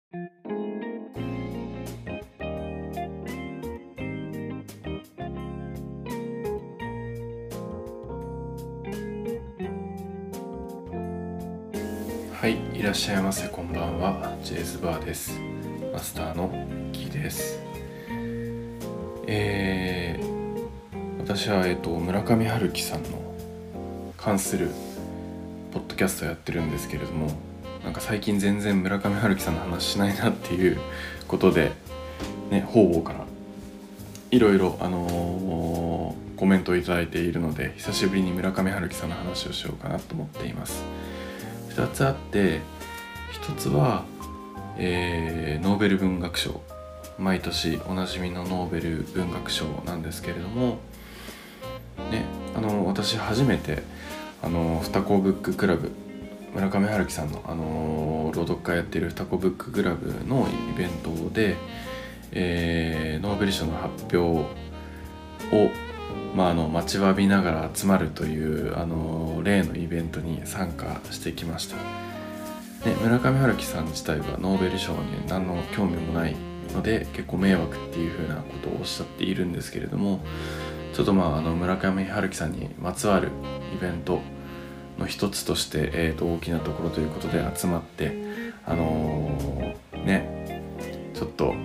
はい、いらっしゃいませ。こんばんは。ジェイズバーです。マスターのキーです。私は村上春樹さんの関するポッドキャストをやってるんですけれども、なんか最近全然村上春樹さんの話しないなっていうことでね、方々からいろいろコメントをいただいているので、久しぶりに村上春樹さんの話をしようかなと思っています。2つあって、1つは、ノーベル文学賞、毎年おなじみのノーベル文学賞なんですけれどもね、私初めて双子ブッククラブ、村上春樹さんの朗読会やっている双子ブッククラブのイベントで、ノーベル賞の発表を待ちわびながら集まるという例のイベントに参加してきました。村上春樹さん自体はノーベル賞に何の興味もないので結構迷惑っていう風なことをおっしゃっているんですけれども、ちょっと村上春樹さんにまつわるイベントの一つとして、大きなところということで集まってちょっと、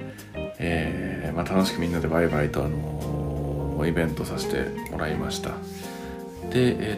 楽しくみんなでバイバイとイベントさせてもらいました。で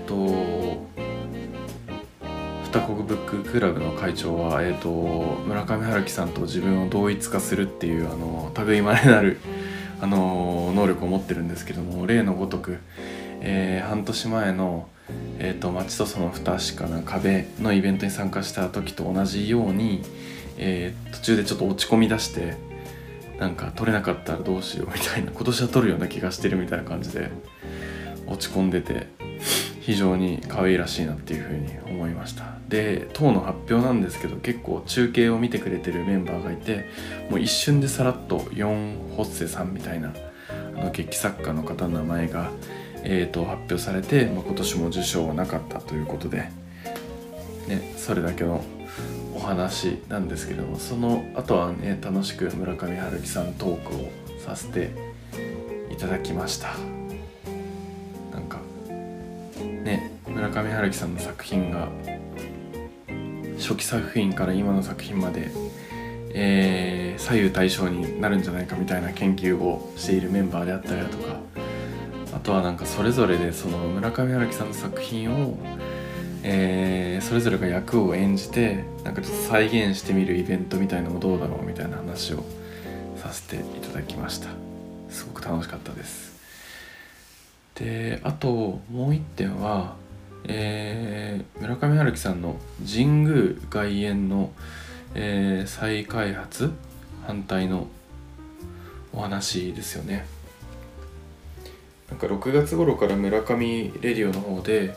双子ブッククラブの会長は、村上春樹さんと自分を同一化するっていう類まれなる能力を持ってるんですけども、例のごとく、半年前の街とその不確かな壁のイベントに参加した時と同じように、途中でちょっと落ち込み出して、なんか取れなかったらどうしようみたいな、今年は取るような気がしてるみたいな感じで落ち込んでて、非常に可愛らしいなっていうふうに思いました。で、当の発表なんですけど、結構中継を見てくれてるメンバーがいて、もう一瞬でさらっとヨン・ホッセさんみたいな劇作家の方の名前が、発表されて、今年も受賞はなかったということで、それだけのお話なんですけども、その後は楽しく村上春樹さんトークをさせていただきました。なんか村上春樹さんの作品が初期作品から今の作品まで、左右対称になるんじゃないかみたいな研究をしているメンバーであったりだとか、あとはなんかそれぞれでその村上春樹さんの作品を、それぞれが役を演じてなんかちょっと再現してみるイベントみたいなのもどうだろうみたいな話をさせていただきました。すごく楽しかったです。で、あともう一点は、村上春樹さんの神宮外苑の、再開発反対のお話ですよね。なんか6月頃から村上レディオの方で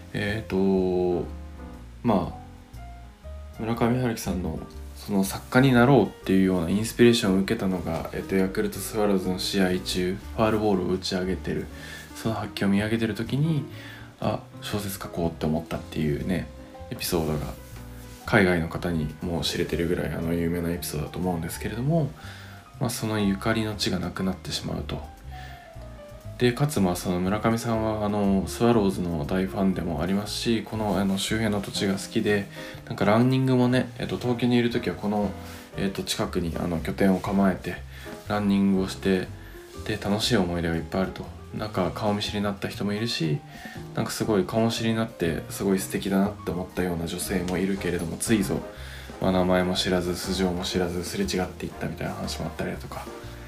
村上春樹さんのその作家になろうっていうようなインスピレーションを受けたのが、ヤクルトスワローズの試合中ファールボールを打ち上げてる、その発揮を見上げてる時に小説書こうって思ったっていうねエピソードが海外の方にもう知れてるぐらい有名なエピソードだと思うんですけれども、そのゆかりの地がなくなってしまうと。でかつその村上さんはスワローズの大ファンでもありますし、この周辺の土地が好きで、なんかランニングもね、東京にいる時はこの、近くに拠点を構えてランニングをして、で楽しい思い出がいっぱいあると。なんか顔見知りになった人もいるし、なんかすごい顔見知りになってすごい素敵だなって思ったような女性もいるけれども、ついぞ、名前も知らず素性も知らずすれ違っていったみたいな話もあったりだとか、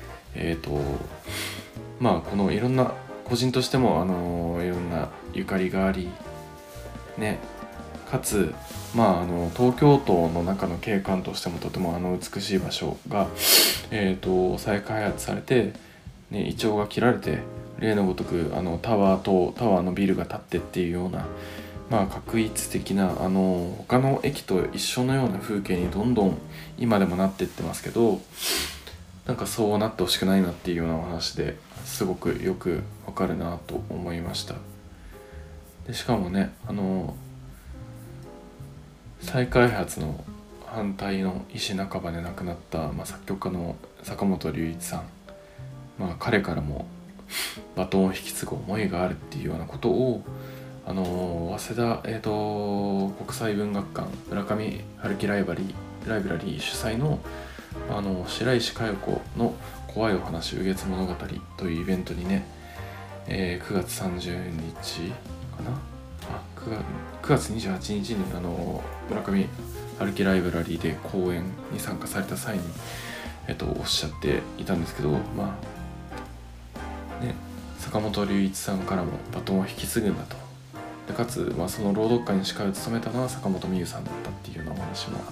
このいろんな個人としてもいろんなゆかりがありね、かつ東京都の中の景観としてもとても美しい場所が再開発されて、イチョウが切られて例のごとくタワーのビルが建ってっていうような、画一的な他の駅と一緒のような風景にどんどん今でもなってってますけど、なんかそうなってほしくないなっていうようなお話ですごくよくわかるなと思いました。でしかもね再開発の反対の医師半ばで亡くなった、作曲家の坂本龍一さん、彼からもバトンを引き継ぐ思いがあるっていうようなことを早稲田、国際文学館村上春樹ライブラリー主催の白石佳代子の怖いお話雨月物語というイベントにね、9月30日かな9月28日に村上春樹ライブラリーで講演に参加された際に、おっしゃっていたんですけど、坂本龍一さんからもバトンを引き継ぐんだと。でかつ、その朗読会に司会を務めたのは坂本美優さんだったっていうようなお話もあって、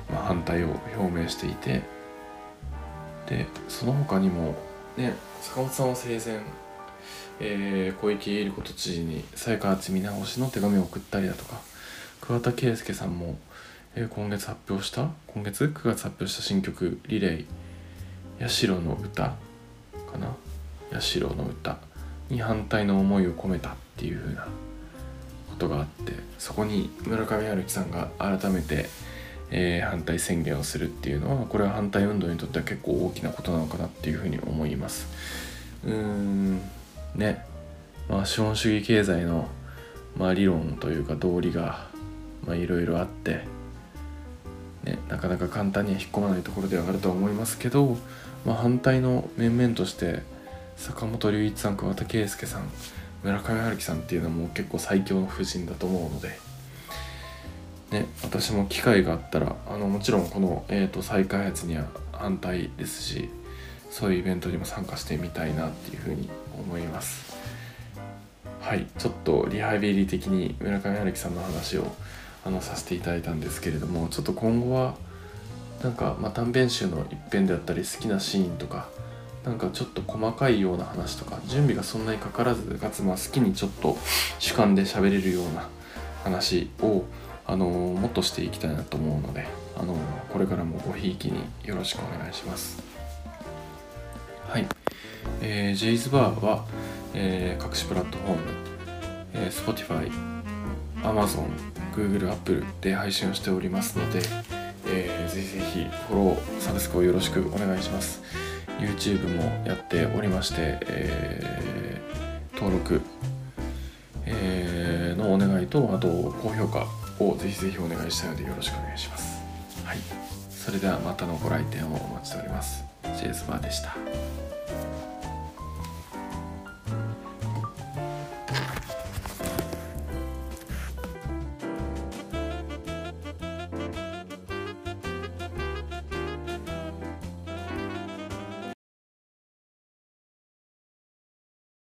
反対を表明していて、でその他にもね、坂本さんは生前、小池百合子都知事に再開発見直しの手紙を送ったりだとか、桑田佳祐さんも、今月9月発表した新曲リレー社の歌かな、社の歌に反対の思いを込めたっていう風なことがあって、そこに村上春樹さんが改めて、反対宣言をするっていうのは、これは反対運動にとっては結構大きなことなのかなっていう風に思います。ね、資本主義経済の、理論というか道理がいろいろあって、ね、なかなか簡単には引っ込まないところではあるとは思いますけど、反対の面々として坂本龍一さん、桑田佳祐さん、村上春樹さんっていうのはもう結構最強の布陣だと思うので、ね、私も機会があったらもちろんこの、再開発には反対ですし、そういうイベントにも参加してみたいなっていうふうに思います。はい、ちょっとリハビリ的に村上春樹さんの話をさせていただいたんですけれども、ちょっと今後は短編集の一編であったり好きなシーンとか、ちょっと細かいような話とか、準備がそんなにかからず、かつ好きにちょっと主観で喋れるような話をもっとしていきたいなと思うので、これからもごひいきによろしくお願いします。はい、ジェイズバーは、各種プラットフォーム、Spotify、Amazon、Google、Apple で配信をしておりますので、ぜひぜひフォロー、サブスクをよろしくお願いします。YouTube もやっておりまして、登録、のお願いと、あと高評価をぜひぜひお願いしたいのでよろしくお願いします。はい、それではまたのご来店をお待ちしております。ジェイズバーでした。